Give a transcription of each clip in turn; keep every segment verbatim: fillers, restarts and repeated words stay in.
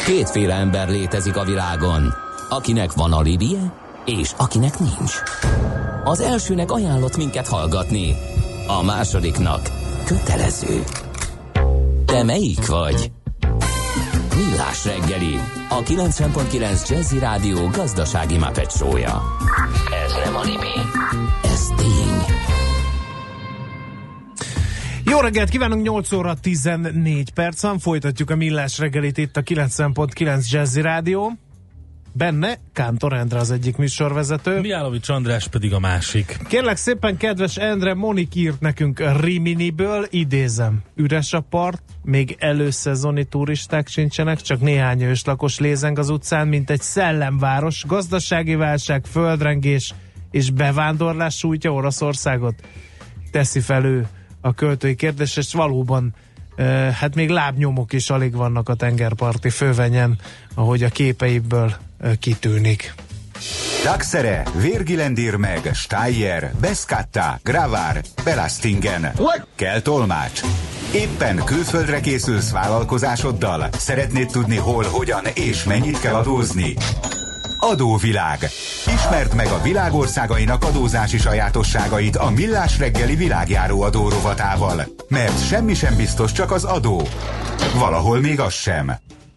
Kétféle ember létezik a világon, akinek van alibije, és akinek nincs. Az elsőnek ajánlott minket hallgatni, a másodiknak kötelező. Te melyik vagy? Millás reggeli, a kilencven pont kilenc Jazzy Rádió gazdasági Muppet show-ja. Ez nem anime, ez tény. Jó reggelt kívánunk, nyolc óra tizennégy percen, folytatjuk a Millás reggelit itt a kilencven pont kilenc Jazzy Rádió. Benne Kántor Endre az egyik műsorvezető. Mihálovics András pedig a másik. Kérlek szépen, kedves Endre, Monik írt nekünk Riminiből, idézem: üres a part, még előszezoni turisták sincsenek, csak néhány őslakos lézeng az utcán, mint egy szellemváros, gazdasági válság, földrengés és bevándorlás sújtja Oroszországot. Teszi fel ő a költői kérdés, és valóban eh, hát még lábnyomok is alig vannak a tengerparti fővenyen, ahogy a képeiből eh, kitűnik. Daxere, Virgilendir meg, Steyer, Beskatta, Gravár, Belastingen. Kell tolmács. Éppen külföldre készülsz vállalkozásoddal? Szeretnéd tudni hol, hogyan és mennyit kell adózni? Adóvilág. Ismerd meg a világországainak adózási sajátosságait a Millás reggeli világjáró adó rovatával. Mert semmi sem biztos, csak az adó. Valahol még az sem.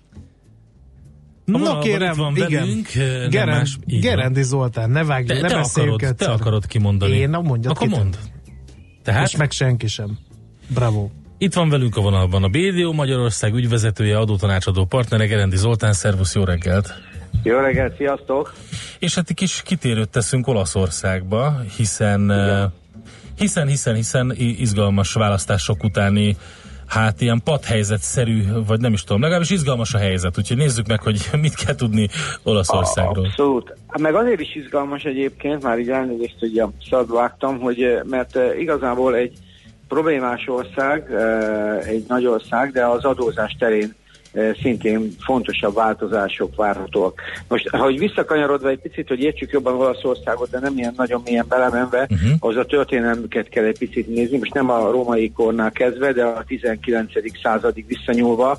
No kérem, van igen. Velünk, Geren, más, Gerendi Zoltán, ne vágj, te, ne te beszéljük akarod, egyszer. Te akarod kimondani. Én, na mondjad. Akkor ki mondd. Tehát? És meg senki sem. Bravo. Itt van velünk a vonalban a bé dé o Magyarország ügyvezetője, adótanácsadó partnere, Gerendi Zoltán. Szervusz, jó reggelt! Jó reggelt, sziasztok! És hát egy kis kitérőt teszünk Olaszországba, hiszen, uh, hiszen, hiszen, hiszen izgalmas választások utáni, hát ilyen padhelyzetszerű, vagy nem is tudom, legalábbis izgalmas a helyzet, úgyhogy nézzük meg, hogy mit kell tudni Olaszországról. Abszolút. Meg azért is izgalmas egyébként, már így elnézést, hogy a szadba vágtam, hogy mert igazából egy problémás ország, egy nagy ország, de az adózás terén szintén fontosabb változások várhatóak. Most, ahogy visszakanyarodva egy picit, hogy értsük jobban Olaszországot, de nem ilyen nagyon mélyen belemenve, uh-huh. az a történelmüket kell egy picit nézni, most nem a római kornál kezdve, de a tizenkilencedik századig visszanyúlva.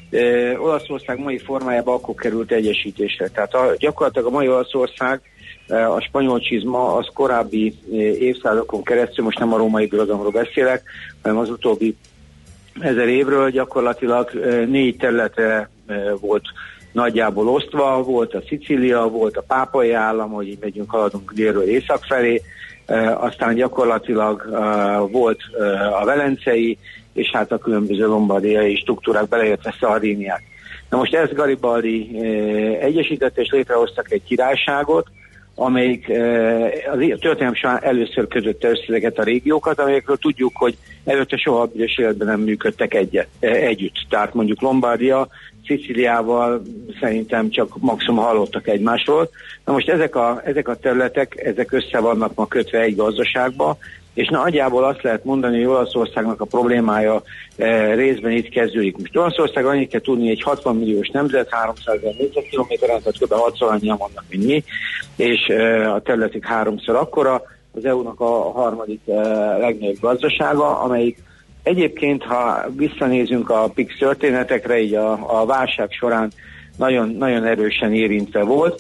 E, Olaszország mai formájában akkor került egyesítésre. Tehát a, gyakorlatilag a mai Olaszország, a spanyol csizma az korábbi évszázadokon keresztül, most nem a római birodalomról beszélek, hanem az utóbbi ezer évről gyakorlatilag négy területre volt nagyjából osztva, volt a Szicília, volt a pápai állam, hogy így megyünk, haladunk délről észak felé, aztán gyakorlatilag volt a velencei, és hát a különböző lombardiai struktúrák, beleértve Szardíniát. Na most ezt Garibaldi egyesített, és létrehoztak egy királyságot, amelyik az történelem során először között össze ezeket a régiókat, amelyekről tudjuk, hogy előtte soha büdös életben nem működtek egyet, együtt. Tehát mondjuk Lombardia, Szicíliával szerintem csak maximum hallottak egymásról. Na most ezek a, ezek a területek, ezek össze vannak ma kötve egy gazdaságba, és nagyjából azt lehet mondani, hogy Olaszországnak a problémája e, részben itt kezdődik. Most Olaszország annyit kell tudni, egy hatvan milliós nemzet, háromszázezer négyzetkilométeren, tehát kb. hatszor annyian vannak, mint mi, és e, a területük háromszor akkora, az é u-nak a harmadik e, legnagyobb gazdasága, amelyik egyébként, ha visszanézünk a pé i iksz történetekre, így a, a válság során nagyon, nagyon erősen érintve volt,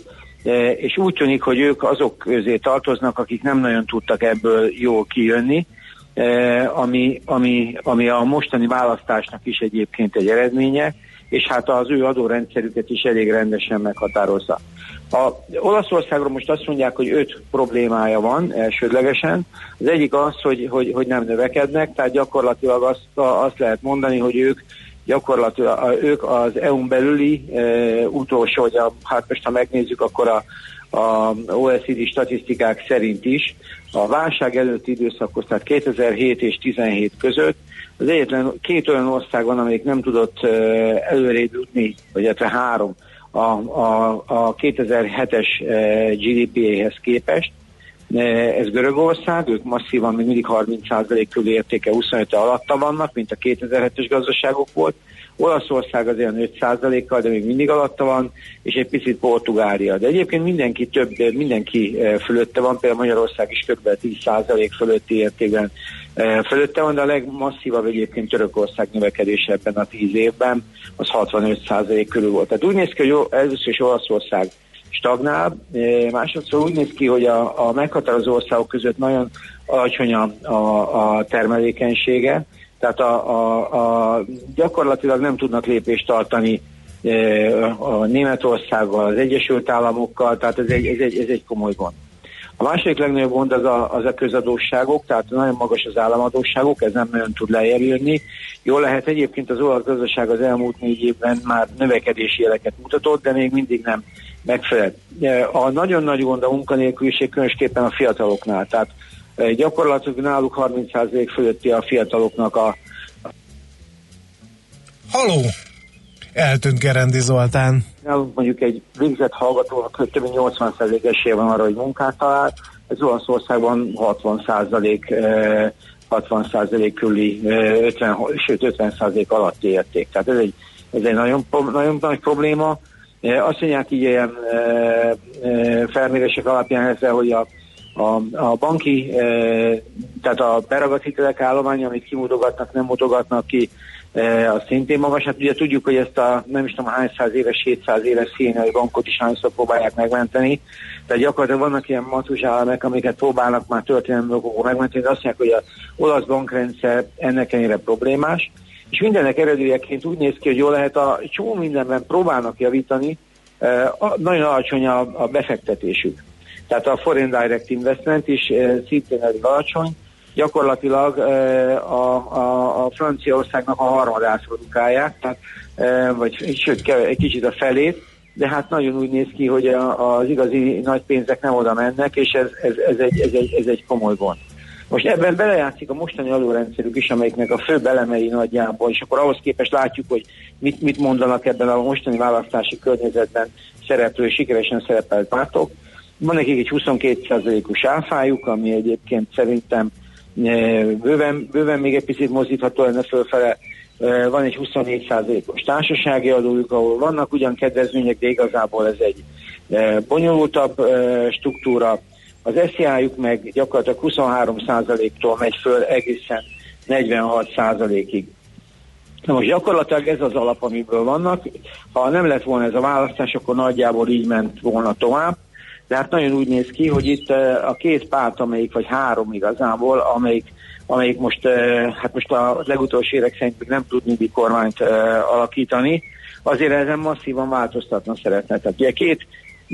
és úgy tűnik, hogy ők azok közé tartoznak, akik nem nagyon tudtak ebből jól kijönni, ami, ami, ami a mostani választásnak is egyébként egy eredménye, és hát az ő adórendszerüket is elég rendesen meghatározza. A Olaszországról most azt mondják, hogy öt problémája van elsődlegesen. Az egyik az, hogy, hogy, hogy nem növekednek, tehát gyakorlatilag azt, azt lehet mondani, hogy ők gyakorlatilag ők az é u-n belüli e, utolsó, hogy a, hát most ha megnézzük, akkor a, a o e cé dé statisztikák szerint is a válság előtti időszakhoz, tehát kétezer-hét és tizenhét között az egyetlen két olyan ország van, amelyik nem tudott e, előrébb jutni, vagy illetve három a, a, a kétezer-hetes e, gé dé pé-hez képest. Ez Görögország, ők masszívan még mindig harminc százalék körül értéke, huszonöt alatta vannak, mint a kétezer-hetes gazdaságok volt. Olaszország az olyan öt százalékkal, de még mindig alatta van, és egy picit Portugália. De egyébként mindenki több, mindenki fölötte van, például Magyarország is kb. tíz százalék fölötti értékben fölötte van, de a legmasszívabb egyébként Törökország növekedése ebben a tíz évben, az hatvanöt százalék körül volt. Tehát úgy néz ki, hogy először is Olaszország stagnál, másodszor úgy néz ki, hogy a, a meghatározó országok között nagyon alacsony a, a, a termelékenysége, tehát a, a, a, gyakorlatilag nem tudnak lépést tartani a Németországgal, az Egyesült Államokkal, tehát ez egy, ez egy, ez egy komoly gond. A második legnagyobb gond az a, az a közadósságok, tehát nagyon magas az államadósságok, ez nem nagyon tud lejjebb jönni. Jól lehet, egyébként az olasz gazdaság az elmúlt négy évben már növekedési jeleket mutatott, de még mindig nem megfelel. A nagyon nagy gond a munkanélküliség, különösképpen a fiataloknál, tehát gyakorlatilag náluk harminc százalék fölötti a fiataloknak a... Haló! Eltűnt Gerendi Zoltán. Nálunk mondjuk egy végzett hallgatónak több mint nyolcvan százalék esélye van arra, hogy munkát talál, ez Olaszországban hatvan százalék, hatvan százalék körüli, ötven, sőt ötven százalék alatti érték. Tehát ez egy, ez egy nagyon, nagyon nagy probléma. Azt mondják így ilyen felmérések alapján ezzel, hogy a, a, a banki, tehát a beragadt hitelek állománya, amit kimutogatnak, nem mutogatnak ki, az szintén magas. Hát ugye tudjuk, hogy ezt a nem is tudom hány száz éves, hétszáz éves színiai bankot is hányszor próbálják megmenteni. Tehát gyakorlatilag vannak ilyen matuzsálemek, amiket próbálnak már történelmi okokból megmenteni, de azt mondják, hogy az olasz bankrendszer ennek ennyire problémás. És mindennek eredőjeként úgy néz ki, hogy jól lehet, a csomó mindenben próbálnak javítani, nagyon alacsony a, a befektetésük. Tehát a foreign direct investment is szintén elég alacsony. Gyakorlatilag a, a, a Franciaországnak a harmadát produkálják, tehát, vagy sőt, egy kicsit a felét, de hát nagyon úgy néz ki, hogy a, az igazi nagy pénzek nem oda mennek, és ez, ez, ez, egy, ez, egy, ez egy komoly gond. Most ebben belejátszik a mostani adórendszerük is, amelyiknek a fő elemei nagyjából, és akkor ahhoz képest látjuk, hogy mit, mit mondanak ebben a mostani választási környezetben szereplő, sikeresen szerepelt pártok. Van nekik egy huszonkét százalékos áfájuk, ami egyébként szerintem bőven, bőven még egy picit mozdítható lenne fölfele. Van egy huszonnégy százalékos társasági adójuk, ahol vannak ugyan kedvezmények, de igazából ez egy bonyolultabb struktúra. Az es zé á-juk meg gyakorlatilag huszonhárom százaléktól megy föl egészen negyvenhat százalékig. Na most gyakorlatilag ez az alap, amiből vannak. Ha nem lett volna ez a választás, akkor nagyjából így ment volna tovább. De hát nagyon úgy néz ki, hogy itt a két párt, amelyik, vagy három igazából, amelyik, amelyik most, hát most a legutolsó évek szerint még nem tud mindig kormányt alakítani, azért ezen masszívan változtatna szeretne. Tehát ugye két,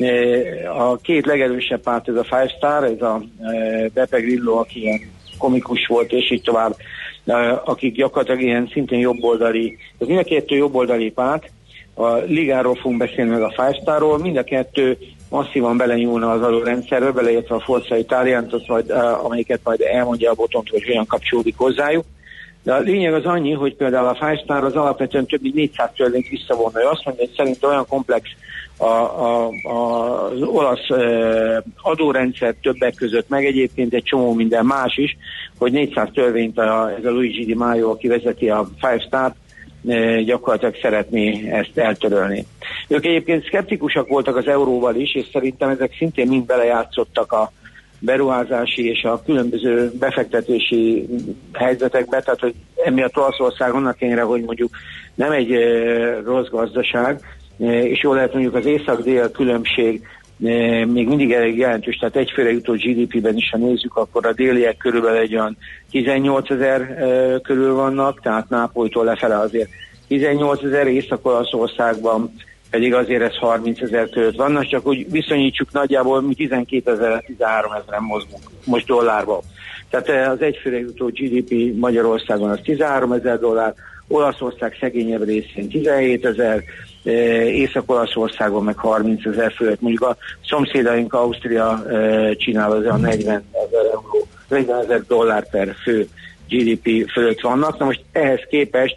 a két legerősebb párt, ez a Five Star, ez a Beppe Grillo, aki ilyen komikus volt, és így tovább, akik gyakorlatilag ilyen szintén jobboldali, ez mind a kettő jobboldali párt, a Ligáról fogunk beszélni meg a Five Starról, mind a kettő masszívan belenyúlna az adórendszerbe, beleértve a Forza Italiánt, majd, amelyiket majd elmondja a Botont, hogy hogyan kapcsolódik hozzájuk. De a lényeg az annyi, hogy például a Five Star az alapvetően több mint négyszáz törvényt visszavonna. Ő azt mondja, hogy szerint olyan komplex a, a, a, az olasz e, adórendszer többek között, meg egyébként egy csomó minden más is, hogy négyszáz törvényt a, ez a Luigi Di Maio, aki vezeti a Five Star-t, gyakorlatilag szeretné ezt eltörölni. Ők egyébként szkeptikusak voltak az euróval is, és szerintem ezek szintén mind belejátszottak a beruházási és a különböző befektetési helyzetekbe, tehát hogy emiatt Olaszország annak ellenére, hogy mondjuk nem egy rossz gazdaság, és jól lehet mondjuk az észak-dél különbség még mindig elég jelentős, tehát egyfőre jutó gé dé pé-ben is, ha nézzük, akkor a déliek körülbelül egy olyan tizennyolcezer körül vannak, tehát Nápolytól lefele azért tizennyolcezer, Észak-Olaszországban pedig azért ez harmincezer között vannak, csak úgy viszonyítsuk nagyjából, mi tizenkétezer, tizenháromezeren mozgunk most dollárban. Tehát az egyfőre jutó gé dé pé Magyarországon az tizenháromezer dollár, Olaszország szegényebb részén tizenhétezer, Észak-Olaszországon meg harmincezer fölött. Mondjuk a szomszédaink Ausztria csinál az a negyvenezer euró, negyvenezer dollár per fő gé dé pé fölött vannak. Na most ehhez képest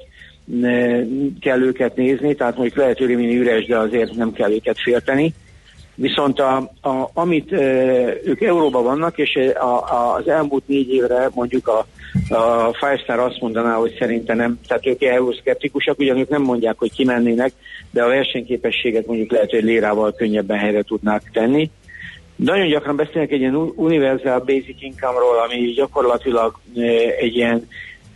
kell őket nézni, tehát mondjuk lehet öröményi üres, de azért nem kell őket félteni. Viszont a, a, amit e, ők euróban vannak, és a, a, az elmúlt négy évre mondjuk a, a Five Star azt mondaná, hogy szerintem nem, tehát ők euroszkeptikusak, ugyan ők nem mondják, hogy kimennének, de a versenyképességet mondjuk lehet, hogy lérával könnyebben helyre tudnák tenni. Nagyon gyakran beszélnek egy ilyen universal basic income-ról, ami gyakorlatilag egy ilyen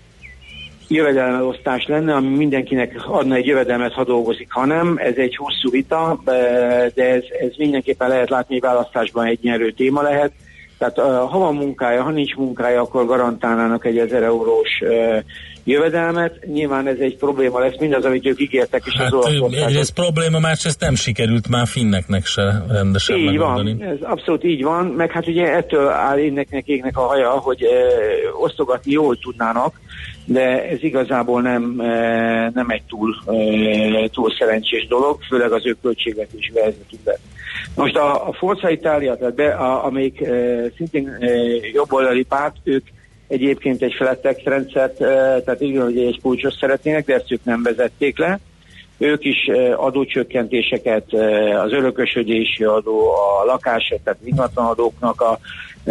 jövedelemelosztás lenne, ami mindenkinek adna egy jövedelmet, ha dolgozik, ha nem. Ez egy hosszú vita, de ez, ez mindenképpen lehet látni, hogy választásban egy nyerő téma lehet. Tehát ha van munkája, ha nincs munkája, akkor garantálnának egy ezer eurós jövedelmet. Nyilván ez egy probléma lesz, mindaz, amit ők ígértek is. Hát ez probléma, másrészt nem sikerült már finneknek se rendesen így megoldani. Van, ez abszolút így van, meg hát ugye ettől áll inneknek égnek a haja, hogy e, osztogatni jól tudnának, de ez igazából nem, e, nem egy túl, e, túl szerencsés dolog, főleg az ő költségvetési helyzetükben. Most a, a Forza Italia, tehát be, a, amelyik e, szintén e, jobboldali párt, ők egyébként egy flat tax rendszert, tehát így hogy egy kulcsos szeretnének, de ezt ők nem vezették le. Ők is adócsökkentéseket, az örökösödési adó, a lakás, tehát ingatlanadóknak a,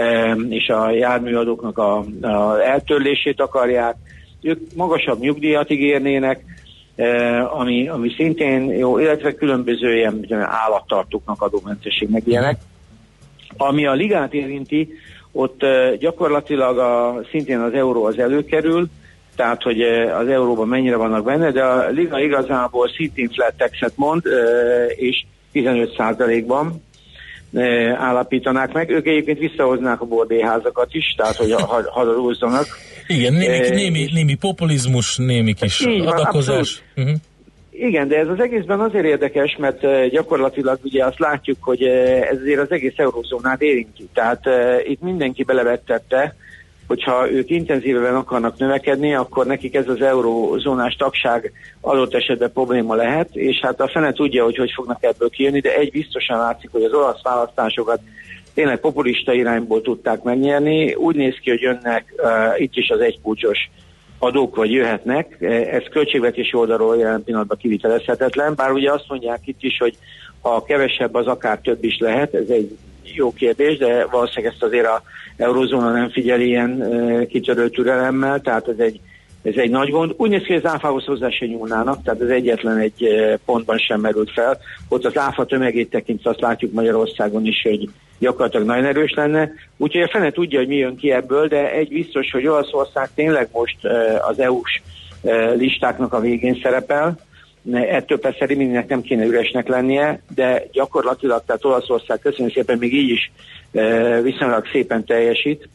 és a járműadóknak a, a eltörlését akarják. Ők magasabb nyugdíjat ígérnének, ami, ami szintén jó, illetve különböző ilyen állattartóknak adómentesség meg ilyenek. Ami a ligát érinti, ott gyakorlatilag a, szintén az euró az előkerül, tehát hogy az euróban mennyire vannak benne, de a liga igazából szintén flat taxet mond, és tizenöt százalékban állapítanák meg. Ők egyébként visszahoznák a bordélyházakat is, tehát hogy hadalózzanak. Igen, némi, némi, némi populizmus, némi kis adakozás. Uh-huh. Igen, de ez az egészben azért érdekes, mert gyakorlatilag ugye azt látjuk, hogy ez azért az egész eurózónát érinti. Tehát uh, itt mindenki belevettette, hogyha ők intenzíveben akarnak növekedni, akkor nekik ez az eurózónás tagság adott esetben probléma lehet, és hát a fene tudja, hogy hogy fognak ebből kijönni, de egy biztosan látszik, hogy az olasz választásokat tényleg populista irányból tudták megnyerni. Úgy néz ki, hogy jönnek uh, itt is az egykulcsos adók, vagy jöhetnek. Ez költségvetési oldalról jelen pillanatban kivitelezhetetlen, bár ugye azt mondják itt is, hogy ha kevesebb, az akár több is lehet, ez egy jó kérdés, de valószínűleg ezt azért a eurozóna nem figyeli ilyen e, kitörő türelemmel, tehát ez egy, ez egy nagy gond. Úgy néz ki, hogy az áfához hozzá se nyúlnának, tehát ez egyetlen egy e, pontban sem merült fel. Ott az áfa tömegét tekintve azt látjuk Magyarországon is, hogy gyakorlatilag nagyon erős lenne. Úgyhogy a fene tudja, hogy mi jön ki ebből, de egy biztos, hogy Olaszország tényleg most e, az é u-s e, listáknak a végén szerepel. Ettől persze Rimininek nem kéne üresnek lennie, de gyakorlatilag, tehát Olaszország köszönjük szépen, még így is e, viszonylag szépen teljesít,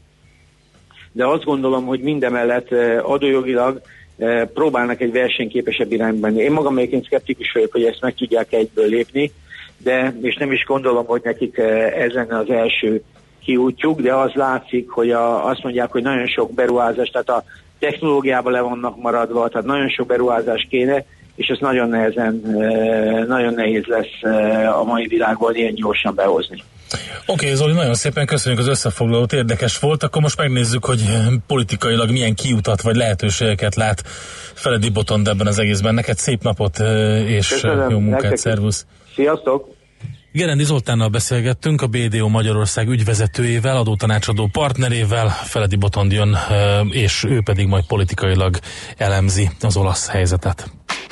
de azt gondolom, hogy mindemellett e, adójogilag e, próbálnak egy versenyképesebb irányban. Én magam egyébként szkeptikus vagyok, hogy ezt meg tudják egyből lépni, de és nem is gondolom, hogy nekik e, ez lenne az első kiútjuk, de az látszik, hogy a, azt mondják, hogy nagyon sok beruházás, tehát a technológiában le vannak maradva, tehát nagyon sok beruházás kéne, és ez nagyon nehezen, nagyon nehéz lesz a mai világban ilyen gyorsan behozni. Oké, okay, Zoli, nagyon szépen köszönjük az összefoglalót, érdekes volt. Akkor most megnézzük, hogy politikailag milyen kiutat vagy lehetőségeket lát Feledi Botond ebben az egészben. Neked szép napot és köszönöm, jó munkát, szervusz! Sziasztok! Gerendi Zoltánnal beszélgettünk, a bé dé o Magyarország ügyvezetőjével, adótanácsadó partnerével. Feledi Botond jön, és ő pedig majd politikailag elemzi az olasz helyzetet.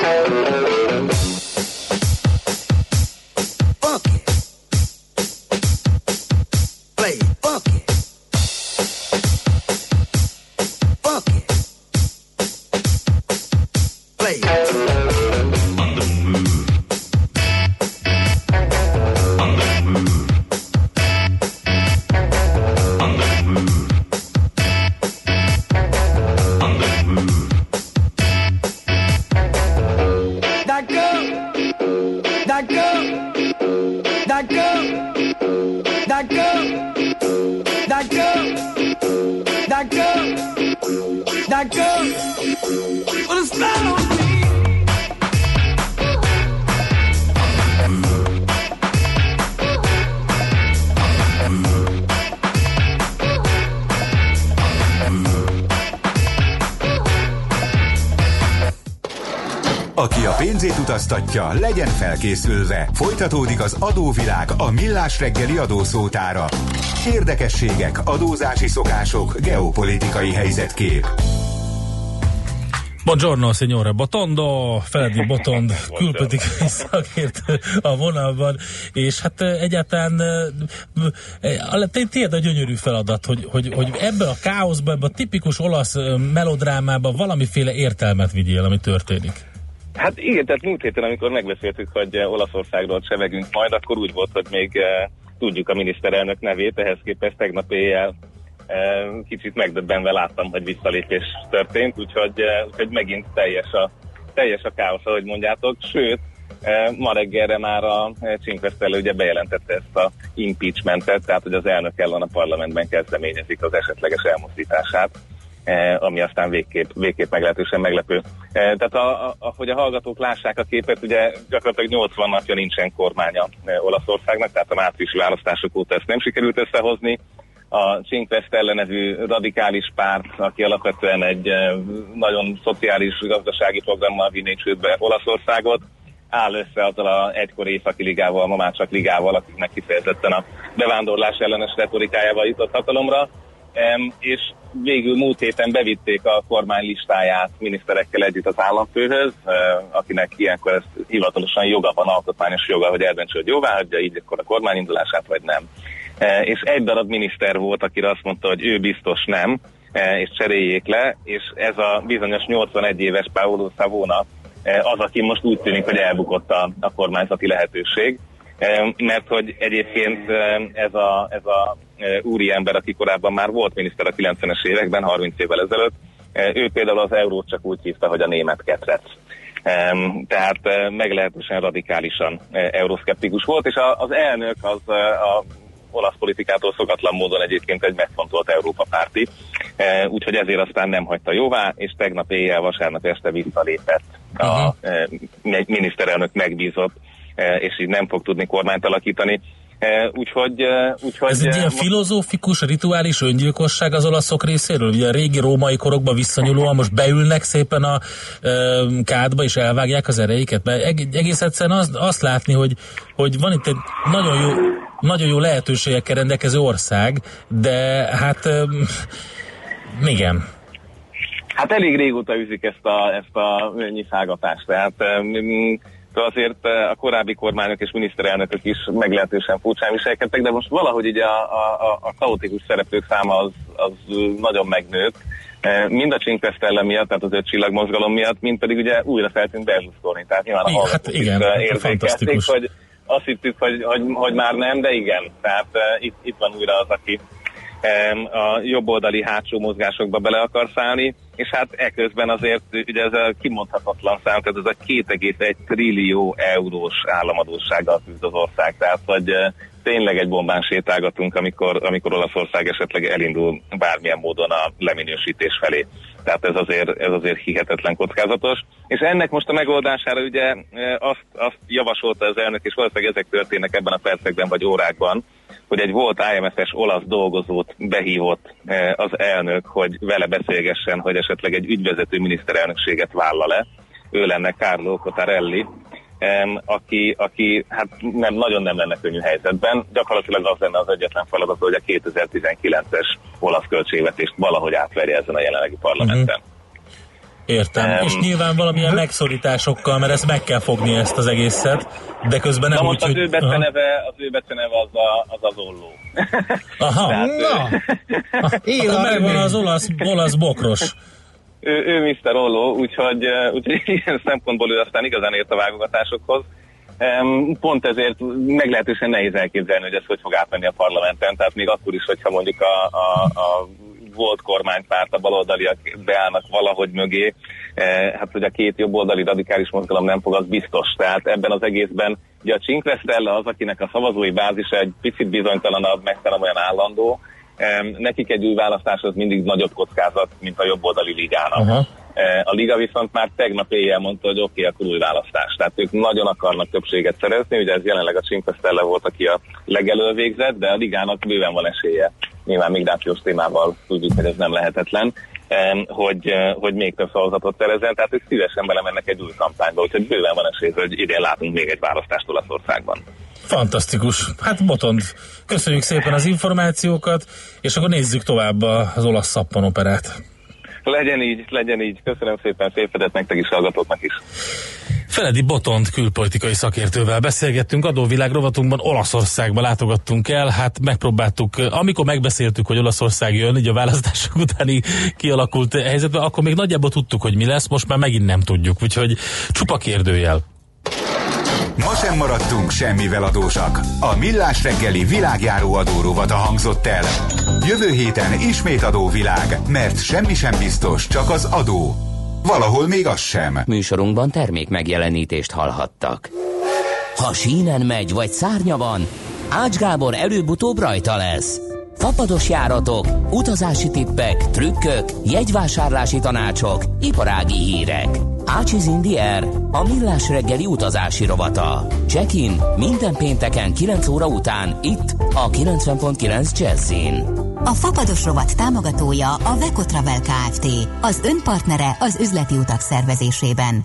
Aki a pénzét utaztatja, legyen felkészülve. Folytatódik az adóvilág, a millás reggeli adószótára. Érdekességek, adózási szokások, geopolitikai helyzetkép. Buongiorno, signore Botondo, Feledi Botond, külpolitikai szakértő a vonalban, és hát egyáltalán tiéd a gyönyörű feladat, hogy, hogy, hogy ebben a káoszban, ebben a tipikus olasz melodrámában valamiféle értelmet vigyél, ami történik. Hát igen, tehát múlt héten, amikor megbeszéltük, hogy Olaszországról csevegünk majd, akkor úgy volt, hogy még tudjuk a miniszterelnök nevét, ehhez képest tegnap éjjel kicsit megdöbbenve láttam, hogy visszalépés történt, úgyhogy, úgyhogy megint teljes a, teljes a káosz, ahogy mondjátok, sőt, ma reggelre már a Cinque Stelle ugye bejelentette ezt a impeachmentet, tehát hogy az elnök ellen a parlamentben kezdeményezik az esetleges elmozdítását, ami aztán végképp, végképp meglehetősen meglepő. Tehát a, a, ahogy a hallgatók lássák a képet, ugye gyakorlatilag nyolcvan napja nincsen kormánya Olaszországnak, tehát a márciusi választások óta ezt nem sikerült összehozni. A Cinque Stelle nevű radikális párt, aki alapvetően egy nagyon szociális gazdasági programmal vinné csődbe Olaszországot, áll össze azzal az egykori Északi Ligával, ma már csak Ligával, akiknek kifejezetten a bevándorlás ellenes retorikájával jutott hatalomra, és végül múlt héten bevitték a kormány listáját miniszterekkel együtt az államfőhöz, akinek ilyenkor ez hivatalosan joga van, alkotmányos joga, hogy eldöntse, hogy jóvá hagyja így akkor a kormány indulását, vagy nem. És egy darab miniszter volt, akire azt mondta, hogy ő biztos nem, és cseréljék le, és ez a bizonyos nyolcvanegy éves Paolo Savona az, aki most úgy tűnik, hogy elbukott a, a kormányzati lehetőség, mert hogy egyébként ez a, ez a úriember, aki korábban már volt miniszter a kilencvenes években, harminc évvel ezelőtt, ő például az eurót csak úgy hívta, hogy a német ketrec. Tehát meglehetősen radikálisan euroszkeptikus volt, és az elnök az a olasz politikától szokatlan módon egyébként egy megfontolt Európa párti, úgyhogy ezért aztán nem hagyta jóvá, és tegnap éjjel, vasárnap este visszalépett a uh-huh. miniszterelnök megbízott, és így nem fog tudni kormányt alakítani. Úgyhogy, úgyhogy ez egy ilyen most... filozófikus, rituális öngyilkosság az olaszok részéről? Ugye a régi római korokba visszanyúlóan most beülnek szépen a e, kádba és elvágják az erejéket? Mert egész egyszerűen azt, azt látni, hogy, hogy van itt egy nagyon jó, nagyon jó lehetőségekkel rendelkező ország, de hát e, igen. Hát elég régóta űzik ezt a, ezt a nyiszálgatást, tehát de azért a korábbi kormányok és miniszterelnökök is meglehetősen furcsán viselkedtek, de most valahogy így a, a, a kaotikus szereplők száma az, az nagyon megnőtt. Mind a Cinque Stelle miatt, tehát az öt csillag mozgalom miatt, mind pedig ugye újra feltűnt Berlusconi. Tehát nyilván a hallgatók hát is érzékelték, hogy azt hittük, hogy, hogy, hogy már nem, de igen. Tehát uh, itt, itt van újra az, aki um, a jobboldali hátsó mozgásokba bele akar szállni, és hát eközben azért ugye ez a kimondhatatlan szám, tehát ez a két egész egy trillió eurós államadóssággal küzd az ország, tehát hogy uh, tényleg egy bombán sétálgatunk, amikor, amikor Olaszország esetleg elindul bármilyen módon a leminősítés felé. Tehát ez azért, ez azért hihetetlen kockázatos. És ennek most a megoldására ugye azt, azt javasolta az elnök, és valószínűleg ezek történnek ebben a percekben vagy órákban, hogy egy volt I M F-es olasz dolgozót behívott az elnök, hogy vele beszélgessen, hogy esetleg egy ügyvezető miniszterelnökséget vállal-e. Ő lenne Carlo Cottarelli, aki, aki hát nem, nagyon nem lenne könnyű helyzetben. Gyakorlatilag az lenne az egyetlen feladat, hogy a kétezer-tizenkilences olasz költségvetést valahogy átverje ezen a jelenlegi parlamenten. Uh-huh. Értem. Um, és nyilván valamilyen megszorításokkal, mert ezt meg kell fogni ezt az egészet, de közben nem na úgy, most az hogy... ő beceneve, az ő beceneve az, a, az az olló. Aha. Tehát, na! Akkor megvan az olasz, olasz bokros. Ő, ő miszter Olló, úgyhogy, úgyhogy ilyen szempontból ő aztán igazán ért a válogatásokhoz. Pont ezért meglehetősen nehéz elképzelni, hogy ez hogy fog átmenni a parlamenten, tehát még akkor is, hogyha mondjuk a, a, a volt kormánypárt, a baloldaliak beállnak valahogy mögé, hát hogy a két jobboldali radikális mozgalom nem fog, az biztos. Tehát ebben az egészben ugye a Cinque Stelle az, akinek a szavazói bázisa egy picit bizonytalanabb, meg nem olyan állandó, nekik egy új választás az mindig nagyobb kockázat, mint a jobboldali ligának. Uh-huh. A liga viszont már tegnap éjjel mondta, hogy oké, okay, akkor új választás. Tehát ők nagyon akarnak többséget szerezni, ugye ez jelenleg a Cinque Stelle volt, aki a legelől végzett, de a ligának bőven van esélye. Nyilván migrációs témával tudjuk, hogy ez nem lehetetlen, hogy, hogy még több szavazatot szerezzen, tehát ők szívesen belemennek egy új kampányba, úgyhogy bőven van esély, hogy idén látunk még egy választást Olaszországban. Fantasztikus. Hát Botond, köszönjük szépen az információkat, és akkor nézzük tovább az olasz szappanoperát. Legyen így, legyen így. Köszönöm szépen, szép hetet nektek is, hallgatóknak is. Feledi Botont külpolitikai szakértővel beszélgettünk, adóvilág rovatunkban Olaszországba látogattunk el, hát megpróbáltuk, amikor megbeszéltük, hogy Olaszország jön, így a választások utáni kialakult helyzetben, akkor még nagyjából tudtuk, hogy mi lesz, most már megint nem tudjuk, úgyhogy csupa kérdőjel. Ma sem maradtunk semmivel adósak. A Millás reggeli világjáró adórovata hangzott el. Jövő héten ismét adóvilág, mert semmi sem biztos, csak az adó. Valahol még az sem. Műsorunkban termék megjelenítést hallhattak. Ha sínen megy, vagy szárnya van, Ács Gábor előbb-utóbb rajta lesz. Fapados járatok, utazási tippek, trükkök, jegyvásárlási tanácsok, iparági hírek. Ácsiz Indiér, a Millás reggeli utazási rovata. Check-in minden pénteken kilenc óra után itt a kilencven pont kilenc Jazzin. A Fapados rovat támogatója a Veco Travel Kft. Az önpartnere az üzleti utak szervezésében.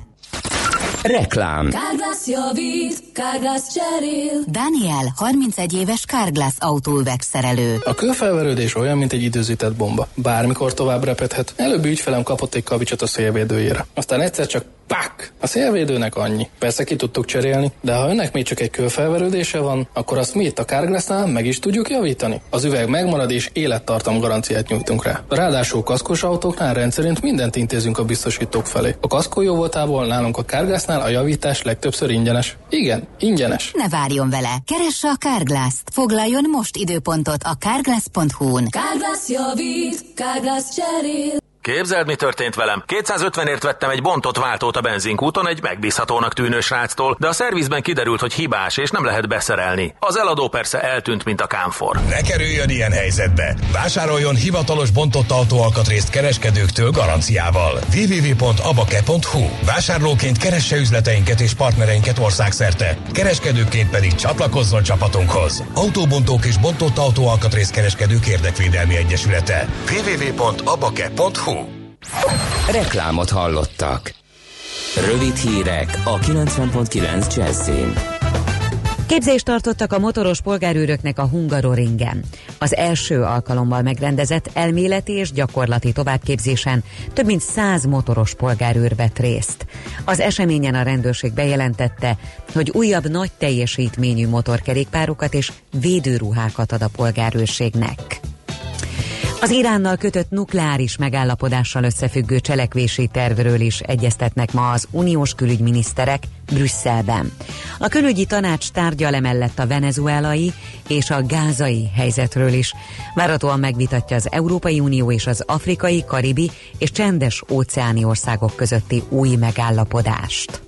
Reklám. Carglass javít, Carglass cserél. Daniel, harmincegy éves Carglass autóüvegszerelő. A kőfelverődés olyan, mint egy időzített bomba. Bármikor tovább repedhet. Előbb ügyfelem kapott egy kavicsot a szélvédőjére. Aztán egyszer csak pák! A szélvédőnek annyi. Persze ki tudtuk cserélni, de ha önnek még csak egy kőfelverődése van, akkor azt mi itt a Carglassnál meg is tudjuk javítani. Az üveg megmarad és élettartam garanciát nyújtunk rá. Ráadásul kaszkos autóknál rendszerint mindent intézünk a biztosítók felé. A kaszkó jó voltából nálunk a Carglassnál a javítás legtöbbször ingyenes. Igen, ingyenes. Ne várjon vele. Keresse a Carglasst. Foglaljon most időpontot a carglass pont hu-n. Carglass javít, Carglass cserél. Képzeld, mi történt velem? kétszázötvenért vettem egy bontott váltót a benzinkúton egy megbízhatónak tűnő sráctól, de a szervizben kiderült, hogy hibás és nem lehet beszerelni. Az eladó persze eltűnt, mint a kámfor. Ne kerüljön ilyen helyzetbe! Vásároljon hivatalos bontott autóalkatrészt kereskedőktől garanciával. double-u double-u double-u pont abake pont hu. Vásárlóként keresse üzleteinket és partnereinket országszerte. Kereskedőként pedig csatlakozzon csapatunkhoz. Autóbontók és bontott autóalkatrészt kereskedők érdekvédelmi egyesülete. double-u double-u double-u pont abake pont hu. Reklámot hallottak. Rövid hírek a kilencven pont kilenc Jazzin. Képzést tartottak a motoros polgárőröknek a Hungaroringen. Az első alkalommal megrendezett elméleti és gyakorlati továbbképzésen több mint száz motoros polgárőr vett részt. Az eseményen a rendőrség bejelentette, hogy újabb nagy teljesítményű motorkerékpárokat és védőruhákat ad a polgárőrségnek. Az Iránnal kötött nukleáris megállapodással összefüggő cselekvési tervről is egyeztetnek ma az uniós külügyminiszterek Brüsszelben. A külügyi tanács tárgyal emellett a venezuelai és a gázai helyzetről is. Várhatóan megvitatja az Európai Unió és az afrikai, karibi és csendes óceáni országok közötti új megállapodást.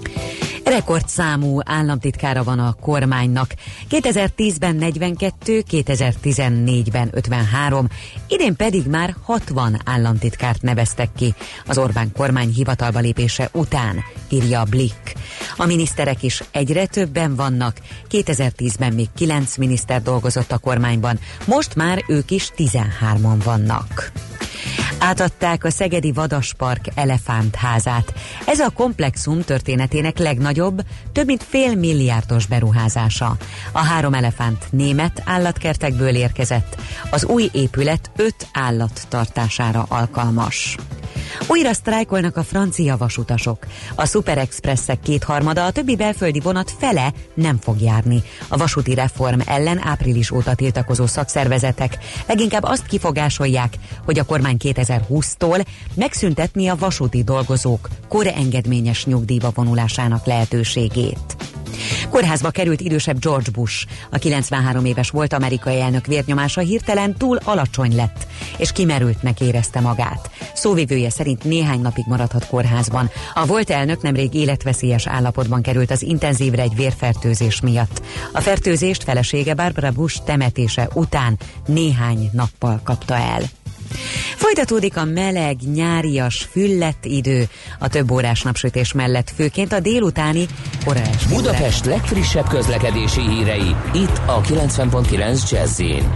Rekordszámú államtitkára van a kormánynak. kétezer-tízben negyvenkettő, kétezer-tizennégyben ötvenhárom, idén pedig már hatvan államtitkárt neveztek ki az Orbán kormány hivatalba lépése után, írja a Blick. A miniszterek is egyre többen vannak. kétezer-tízben még kilenc miniszter dolgozott a kormányban, most már ők is tizenhárman vannak. Átadták a szegedi Vadaspark elefántházát. Ez a komplexum történetének legnagyobb, több mint fél milliárdos beruházása. A három elefánt német állatkertekből érkezett. Az új épület öt állat tartására alkalmas. Újra sztrájkolnak a francia vasutasok. A szuperexpresszek kétharmada, a többi belföldi vonat fele nem fog járni. A vasúti reform ellen április óta tiltakozó szakszervezetek leginkább azt kifogásolják, hogy a kormány kétezer-húsztól megszüntetni a vasúti dolgozók korengedményes nyugdíjba vonulásának lehetőségét. Kórházba került idősebb George Bush. A kilencvenhárom éves volt amerikai elnök vérnyomása hirtelen túl alacsony lett, és kimerültnek érezte magát. Szóvivője szerint néhány napig maradhat kórházban. A volt elnök nemrég életveszélyes állapotban került az intenzívre egy vérfertőzés miatt. A fertőzést felesége Barbara Bush temetése után néhány nappal kapta el. Folytatódik a meleg, nyárias, füllett idő. A több órás napsütés mellett főként a délutáni koraes. Budapest legfrissebb közlekedési hírei, itt a kilencven pont kilenc Jazzin.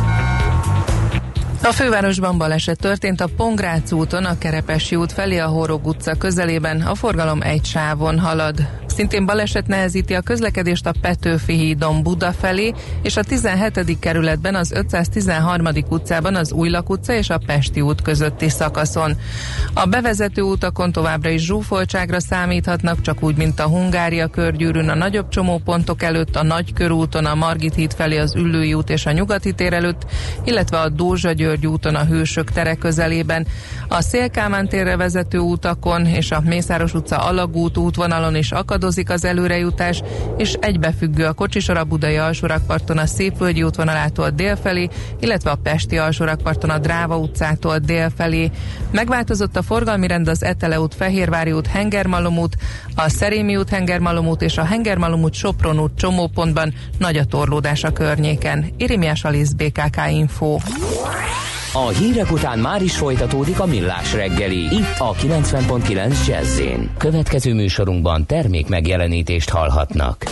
A fővárosban baleset történt a Pongrác úton, a Kerepesi út felé a Horog utca közelében, a forgalom egy sávon halad. Szintén baleset nehezíti a közlekedést a Petőfi hídon Buda felé, és a tizenhetedik kerületben az ötszáztizenharmadik utcában az Újlak utca és a Pesti út közötti szakaszon. A bevezető utakon továbbra is zsúfoltságra számíthatnak, csak úgy, mint a Hungária körgyűrűn, a nagyobb csomópontok előtt, a Nagykörúton, a Margit híd felé az Üllői út és a Nyugati tér előtt, illetve a Dózsa-György úton a Hősök tere közelében. A Széll-Kálmán térre vezető utakon és a Mészáros utca alagút útvonalon is akadozik az előrejutás, és egybefüggő a kocsisor a Budai alsórakparton a Szépvölgyi útvonalától dél felé, illetve a Pesti alsórakparton a Dráva utcától dél felé. Megváltozott a forgalmi rend az Etele út, Fehérvári út, Hengermalom út, a Szerémi út, Hengermalom út és a Hengermalom út, Sopron út csomópontban nagy a torlódás a környéken. Irimiás Alisz, bé ká ká Info. A hírek után már is folytatódik a Millás reggeli, itt a kilencven pont kilenc Jazz-én. Következő műsorunkban termék megjelenítést hallhatnak.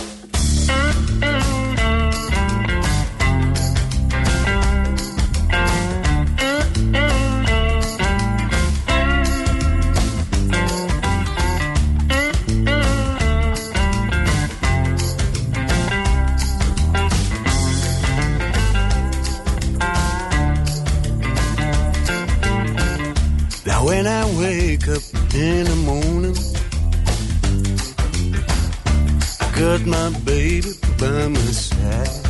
When I wake up in the morning, I got my baby by my side.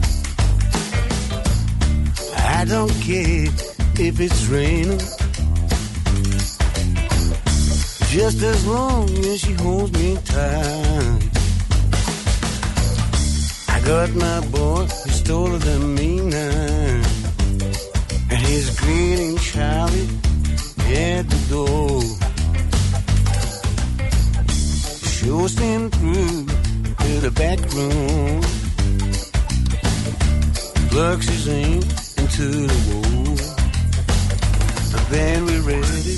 I don't care if it's raining, just as long as she holds me tight. I got my boy, he's taller than me now, and he's greeting Charlie at the door. Shows him through to the back room, plugs his aim into the wall, and then we're ready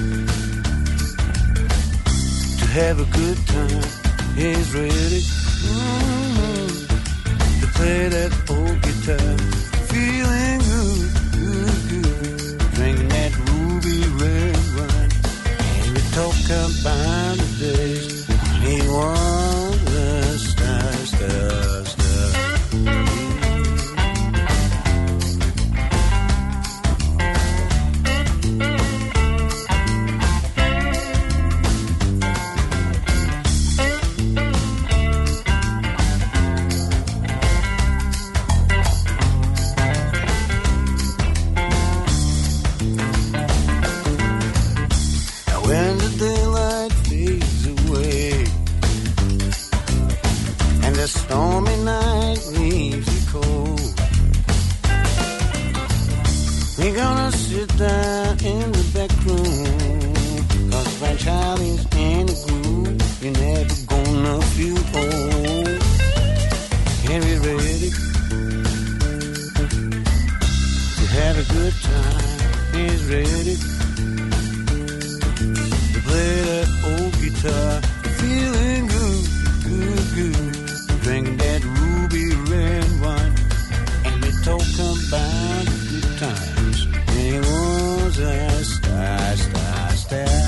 to have a good time. He's ready mm-hmm, to play that old guitar, feeling good, good, good, drinking that ruby red wine, and we talk about the days when he was a star, star, star. When the daylight fades away and the stormy night leaves you cold, we're gonna sit down in the back room, 'cause when Charlie's in the groove, you're never gonna feel old. And we're ready to have a good time. He's ready play that old guitar, feeling good, good, good. Drink that ruby red wine, and we talk about the good times. And he was a star, star, star.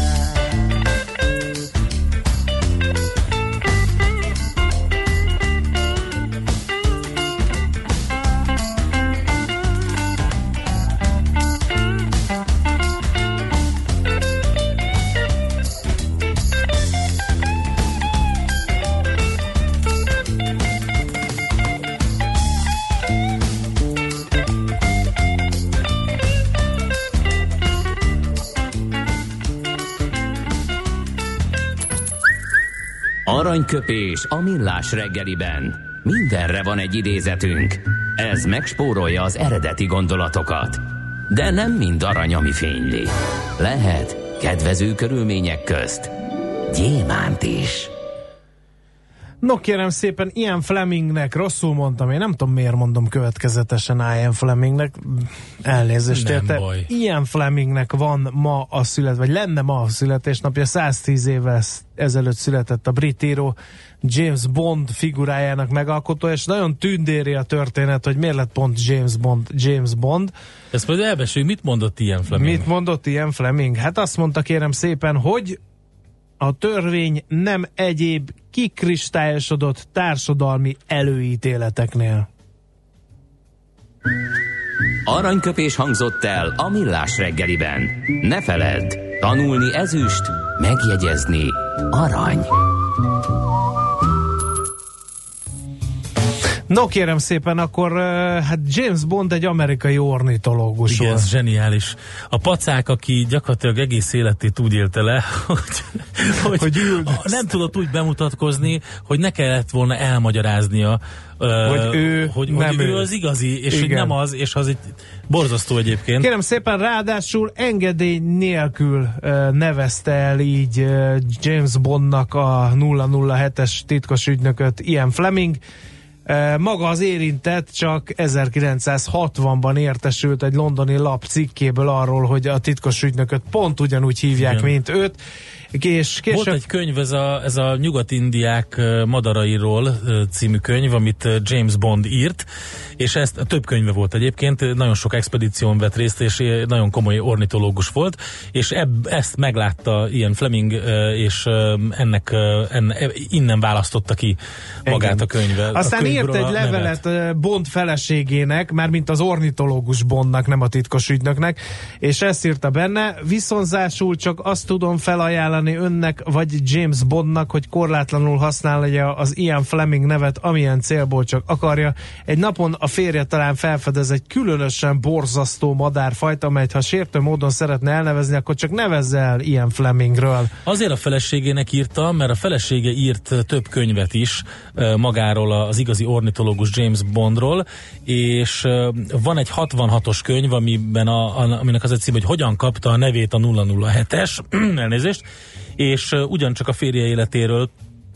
Aranyköpés a Millás reggeliben. Mindenre van egy idézetünk. Ez megspórolja az eredeti gondolatokat. De nem mind arany, ami fényli. Lehet kedvező körülmények közt gyémánt is. No kérem szépen, Ian Flemingnek, rosszul mondtam, én nem tudom miért mondom következetesen Ian Flemingnek, elnézést érte. Ian Flemingnek van ma a szület, vagy lenne ma a születésnapja, száztíz évvel ezelőtt született a brit író, James Bond figurájának megalkotója, és nagyon tündéri a történet, hogy miért lett pont James Bond, James Bond. Ezt majd elbeszéljük, mit mondott Ian Fleming? Mit mondott Ian Fleming? Hát azt mondta kérem szépen, hogy a törvény nem egyéb kikristályosodott társadalmi előítéleteknél. Aranyköpés hangzott el a Millás reggeliben. Ne feledd, tanulni ezüst, megjegyezni arany. No kérem szépen, akkor uh, hát James Bond egy amerikai ornitológus Igen, volt. ez zseniális. A pacák, aki gyakorlatilag egész életét úgy élte le, hogy, hogy, hogy nem tudott úgy bemutatkozni, hogy ne kellett volna elmagyaráznia, hogy uh, ő, hogy, nem hogy ő ő az igazi, és hogy nem az, és az egy borzasztó egyébként. Kérem szépen, ráadásul engedély nélkül uh, nevezte el így uh, James Bondnak a nulla nulla hetes titkos ügynököt Ian Fleming. Maga az érintett csak ezerkilencszázhatvanban értesült egy londoni lap cikkéből arról, hogy a titkos ügynököt pont ugyanúgy hívják, igen, mint őt. És később... Volt egy könyv, ez a, ez a Nyugat-Indiák madarairól című könyv, amit James Bond írt, és ezt több könyve volt egyébként, nagyon sok expedíción vett részt, és nagyon komoly ornitológus volt, és ebb, ezt meglátta Ian Fleming, és ennek enne, innen választotta ki magát, igen, a könyve. Aztán a írt egy levelet nevet. Bond feleségének, már mint az ornitológus Bondnak, nem a titkos ügynöknek, és ezt írta benne, viszonzásul csak azt tudom felajánlani önnek vagy James Bondnak, hogy korlátlanul használja az Ian Fleming nevet, amilyen célból csak akarja. Egy napon a férje talán felfedez egy különösen borzasztó madárfajt, amelyet ha sértő módon szeretne elnevezni, akkor csak nevezze el Ian Flemingről. Azért a feleségének írta, mert a felesége írt több könyvet is magáról, az igazi ornitológus James Bondról, és van egy hatvanhatos könyv, amiben a, a, aminek az egy cím, hogy hogyan kapta a nevét a nulla nulla hetes, elnézést, és ugyancsak a férje életéről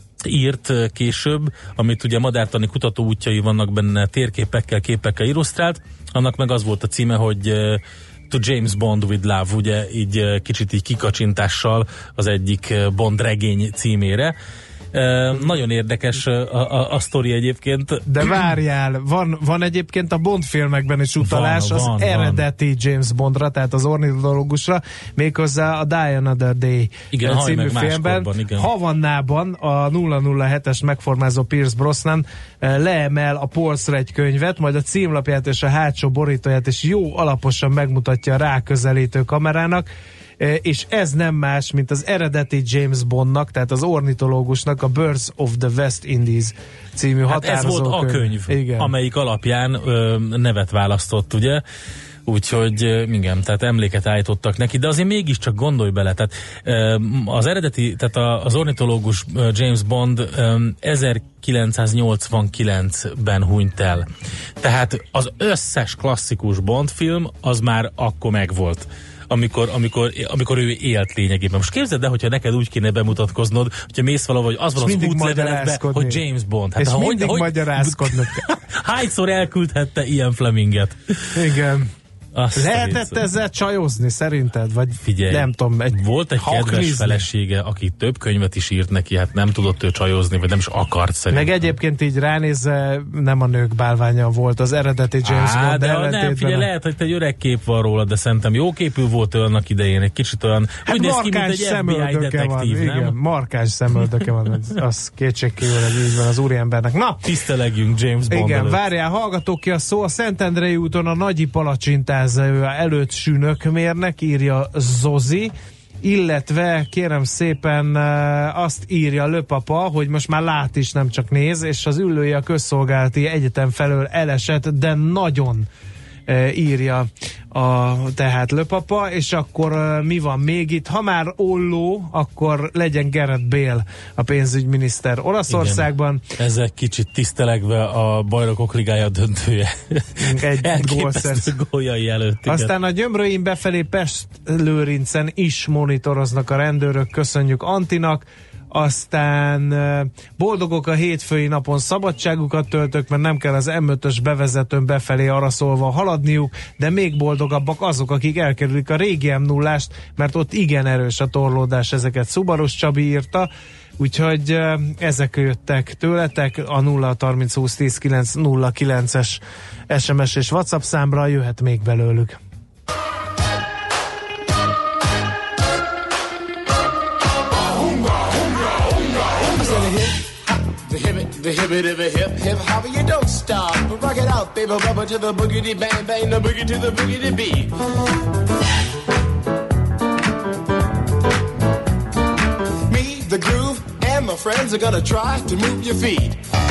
írt később, amit ugye madártani kutató útjai vannak benne, térképekkel, képekkel illusztrált, annak meg az volt a címe, hogy uh, To James Bond with Love, ugye így kicsit így kikacsintással az egyik Bond regény címére. Uh, nagyon érdekes a, a, a sztori egyébként. De várjál, van, van egyébként a Bond filmekben is utalás van, az van, eredeti van. James Bondra, tehát az ornitológusra, méghozzá a Die Another Day, igen, című filmben. Havannában a nulla nulla hetes megformázó Pierce Brosnan leemel a polcra egy könyvet, majd a címlapját és a hátsó borítóját és jó alaposan megmutatja a ráközelítő kamerának, és ez nem más, mint az eredeti James Bondnak, tehát az ornitológusnak a Birds of the West Indies című hát határozó ez volt a könyv, könyv amelyik alapján ö, nevet választott, ugye? Úgyhogy igen, tehát emléket állítottak neki, de azért mégiscsak gondolj bele, tehát az eredeti, tehát az ornitológus James Bond ezerkilencszáznyolcvankilencben hunyt el. Tehát az összes klasszikus Bond film az már akkor megvolt. Amikor, amikor, amikor ő élt lényegében. Most képzeld el, hogyha neked úgy kéne bemutatkoznod, hogyha mész valahogy, az van az útleveledbe, hogy James Bond. Hát, és ha, mindig hogy, magyarázkodnak. Hányszor elküldhette Ian Fleminget? Igen. Azt lehetett ezzel csajozni szerinted? Vagy figyelj, nem tudom, egy volt egy kedves haknizni. felesége, aki több könyvet is írt neki, hát nem tudott ő csajozni, vagy nem is akart szerintem. Meg egyébként így ránézve nem a nők bálványa volt az eredeti James Á, Bond. De nem, figyelj, lehet, hogy egy öreg kép van róla, de szerintem jó képű volt ő annak idején, egy kicsit olyan, hát úgy néz ki, mint egy ef bé i detektív, van, nem? Igen, markáns szemöldöke van, az kétségkívül, hogy így van az úriembernek. Na! Tisztelegjünk James Bond Igen, előtt. várjál, hallgatók ki a szó, a Szentendrei úton a Nagyi palacsintázza ő elő sünökmérnek, írja Zozi, illetve kérem szépen azt írja Löpapa, hogy most már lát is, nem csak néz, és az ülője a közszolgálati egyetem felől elesett, de nagyon írja a, tehát Löpapa, és akkor mi van még itt? Ha már olló, akkor legyen Gareth Bale a pénzügyminiszter Olaszországban. Igen. Ezzel kicsit tisztelegve a Bajnokok Ligája döntője. Egy gólszerz. góljai előtt. Aztán a Gyömrőin befelé Pest-Lőrincen is monitoroznak a rendőrök, köszönjük Antinak. Aztán boldogok a hétfői napon, szabadságukat töltök, mert nem kell az em ötös bevezetőn befelé araszolva haladniuk, de még boldogabbak azok, akik elkerülik a régi em nullást, mert ott igen erős a torlódás, ezeket Szubarus Csabi írta, úgyhogy ezek jöttek tőletek, a nulla harminc húsz tíz kilenc nulla kilences es em es és WhatsApp számra jöhet még belőlük. hippie dippy hip hip hopper, you don't stop. Rock it out, baby, bubba to the boogity bang bang, the boogie to the boogity beat. Me, the groove, and my friends are gonna try to move your feet.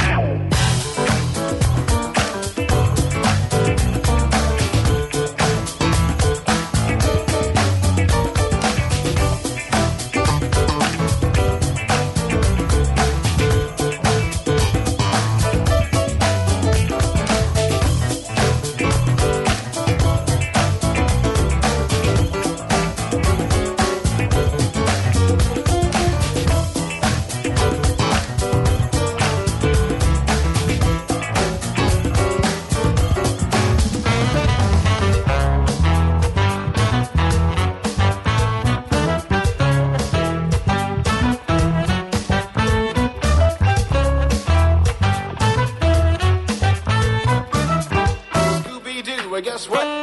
Guess what?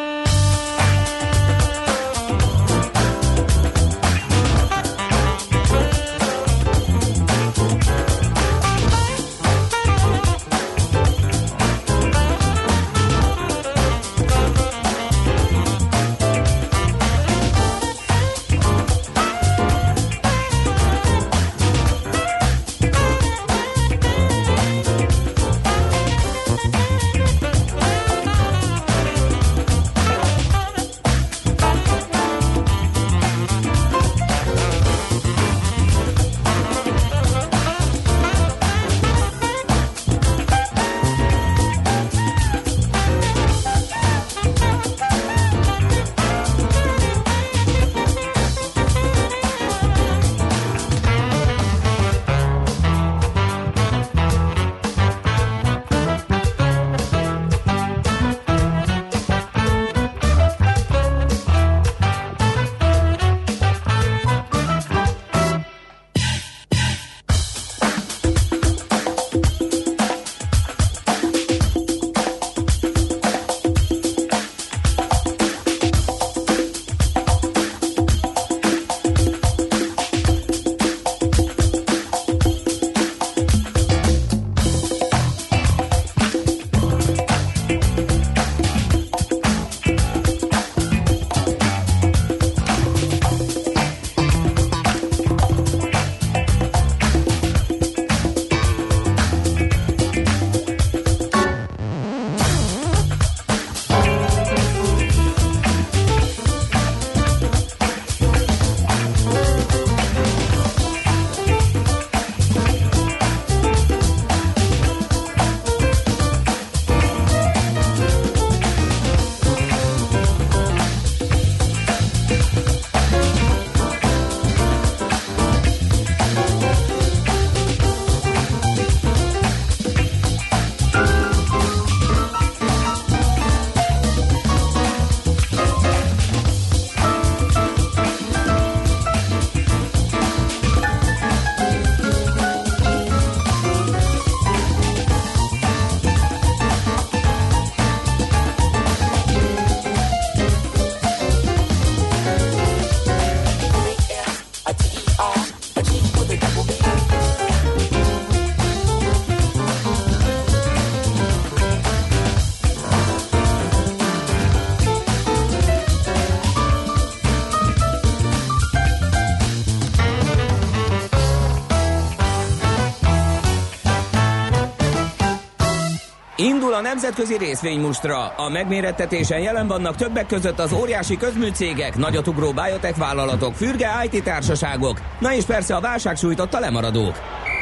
Indul a nemzetközi részvénymustra. A megmérettetésen jelen vannak többek között az óriási közműcégek, nagyotugró biotech vállalatok, fürge i té társaságok, na és persze a válság sújtotta lemaradók.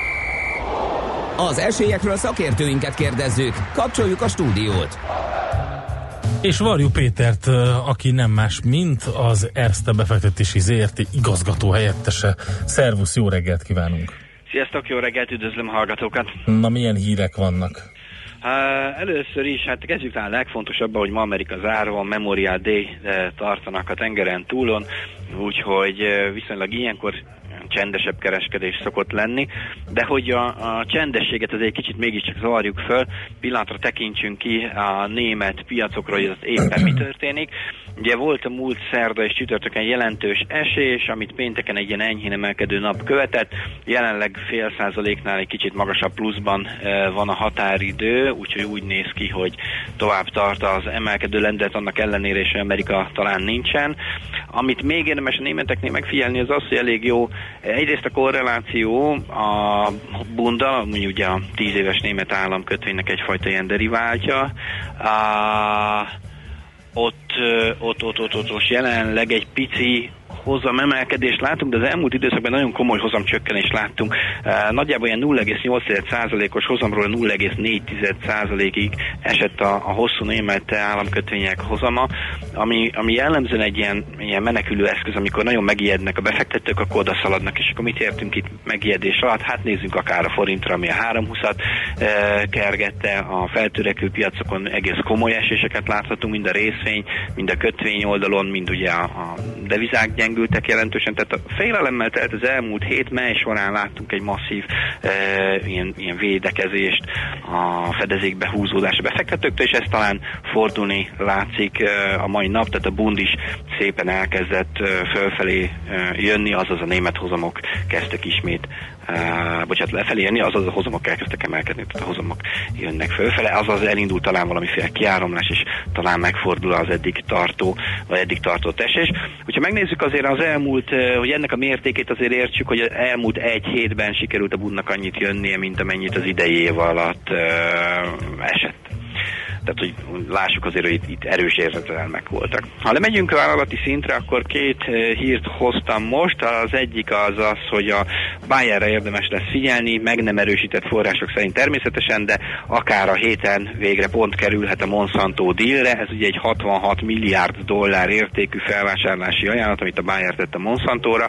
Az esélyekről szakértőinket kérdezzük. Kapcsoljuk a stúdiót. És Varjú Pétert, aki nem más, mint az Erste befektetési zé er té igazgató helyettese. Szervusz, jó reggelt kívánunk! Sziasztok, jó reggelt, üdvözlöm a hallgatókat! Na, milyen hírek vannak? Uh, először is, hát kezdjük talán legfontosabb, hogy ma Amerika zárva, Memorial Day tartanak a tengeren túlon. úgyhogy viszonylag ilyenkor csendesebb kereskedés szokott lenni, de hogy a, a csendességet az egy kicsit mégiscsak zavarjuk föl, pillanatra tekintsünk ki a német piacokra, hogy az éppen mi történik. Ugye volt a múlt szerda és csütörtökön jelentős esés, amit pénteken egy ilyen enyhén emelkedő nap követett, jelenleg fél százaléknál egy kicsit magasabb pluszban e, van a határidő, úgyhogy úgy néz ki, hogy tovább tart az emelkedő lendület, annak ellenére is Amerika talán nincsen. Amit még érdemes a németeknél megfigyelni, az az, hogy elég jó. Egyrészt a korreláció a Bunda, ami ugye a tíz éves német államkötvénynek egyfajta ilyen deriváltja. A, ott, ott, ott, ott, ott, ott jelenleg egy pici hozamemelkedést látunk, de az elmúlt időszakban nagyon komoly hozamcsökkenést láttunk. Uh, nagyjából ilyen nulla egész nyolc százalékos hozamról nulla egész négy százalékig esett a, a hosszú német államkötvények hozama, ami, ami jellemzően egy ilyen, ilyen menekülő eszköz, amikor nagyon megijednek a befektetők, akkor oda szaladnak, és akkor mit értünk itt megijedés alatt? Hát nézzünk akár a forintra, ami a három húszat uh, kergette, a feltörekvő piacokon egész komoly eséseket láthatunk, mind a részvény, mind a kötvény oldalon, mind ugye a, a devizák gyengültek jelentősen, tehát a félelemmel telt az elmúlt hét, mely során láttunk egy masszív e, ilyen, ilyen védekezést, a fedezékbe húzódás a befektetőktől, és ez talán fordulni látszik e, a mai nap, tehát a Bund is szépen elkezdett e, fölfelé e, jönni, azaz a német hozamok kezdtek ismét Uh, bocsánat, lefelé jönni, azaz a hozamok elkezdtek emelkedni, tehát a hozamok jönnek fölfele, azaz elindult talán valamiféle kiáramlás, és talán megfordul az eddig tartó, vagy eddig tartott esés. Hogyha megnézzük azért az elmúlt, hogy ennek a mértékét azért értsük, hogy az elmúlt egy hétben sikerült a Bundnak annyit jönnie, mint amennyit az idei év alatt uh, esett. Tehát, hogy lássuk azért, hogy itt, itt erős érzetelmek voltak. Ha lemegyünk a vállalati szintre, akkor két hírt hoztam most. Az egyik az az, hogy a Bayerre érdemes lesz figyelni, meg nem erősített források szerint természetesen, de akár a héten végre pont kerülhet a Monsanto dealre. Ez ugye egy hatvanhat milliárd dollár értékű felvásárlási ajánlat, amit a Bayer tett a Monsantóra.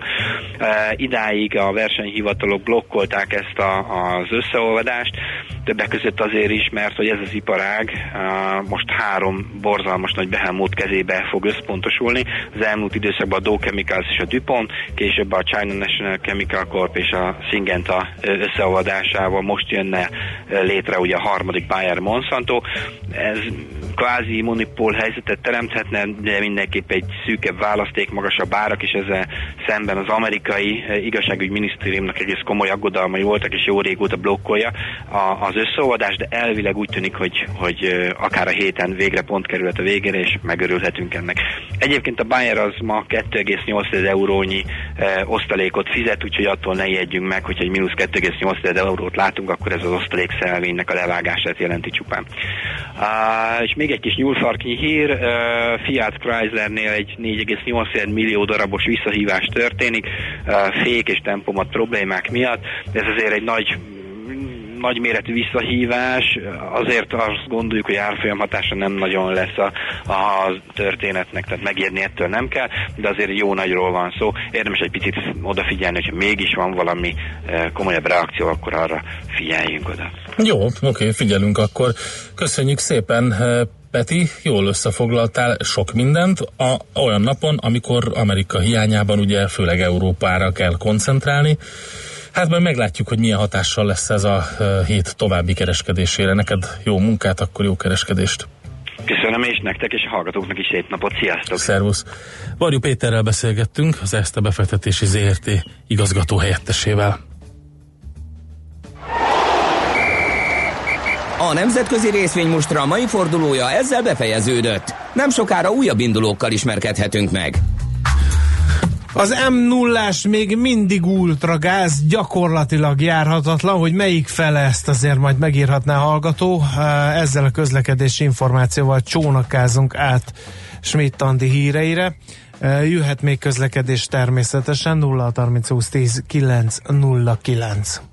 E, idáig a versenyhivatalok blokkolták ezt a, az összeolvadást, többek között azért is, mert hogy ez az iparág most három borzalmas nagy behemoth kezébe fog összpontosulni. Az elmúlt időszakban a Dow Chemicals és a DuPont, később a China National Chemical Corp és a Syngenta összeolvadásával most jönne létre ugye a harmadik Bayer Monsanto. Ez kvázi monopól helyzetet teremthetne, de mindenképp egy szűkebb választék, magasabb árak, és ezzel szemben az amerikai igazságügyminisztériumnak egész komoly aggodalmai voltak, és jó régóta blokkolja az összeolvadást, de elvileg úgy tűnik, hogy, hogy akár a héten végre pont kerülhet a végére, és megörülhetünk ennek. Egyébként a Bayer az ma kettő egész nyolc eurónyi e, osztalékot fizet, úgyhogy attól ne ijedjünk meg, hogyha egy mínusz kettő egész nyolc eurót látunk, akkor ez az osztalék szelvénynek a levágását jelenti csupán. Uh, és még egy kis nyúlfarknyi hír, uh, Fiat Chryslernél egy négy egész nyolc millió darabos visszahívás történik, uh, fék és tempomat problémák miatt. Ez azért egy nagy nagyméretű visszahívás, azért azt gondoljuk, hogy árfolyam hatása nem nagyon lesz a, a történetnek, tehát megijedni ettől nem kell, de azért jó nagyról van szó. Érdemes egy picit odafigyelni, hogyha mégis van valami komolyabb reakció, akkor arra figyeljünk oda. Jó, oké, figyelünk akkor. Köszönjük szépen, Peti, jól összefoglaltál sok mindent a, olyan napon, amikor Amerika hiányában ugye főleg Európára kell koncentrálni. Hát majd meglátjuk, hogy milyen hatással lesz ez a hét további kereskedésére. Neked jó munkát, akkor jó kereskedést. Köszönöm, és nektek és a hallgatóknak is szép napot. Sziasztok! Szervusz! Varjú Péterrel beszélgettünk, az Erste befektetési zé er té igazgató helyettesével. A nemzetközi részvénymustra mai fordulója ezzel befejeződött. Nem sokára újabb indulókkal ismerkedhetünk meg. Az em nullás még mindig ultragáz, gyakorlatilag járhatatlan, hogy melyik fele, ezt azért majd megírhatná a hallgató. Ezzel a közlekedési információval csónakázunk át Schmidt Andi híreire. Jöhet még közlekedés természetesen nulla harminc húsz tíz kilenc nulla kilenc.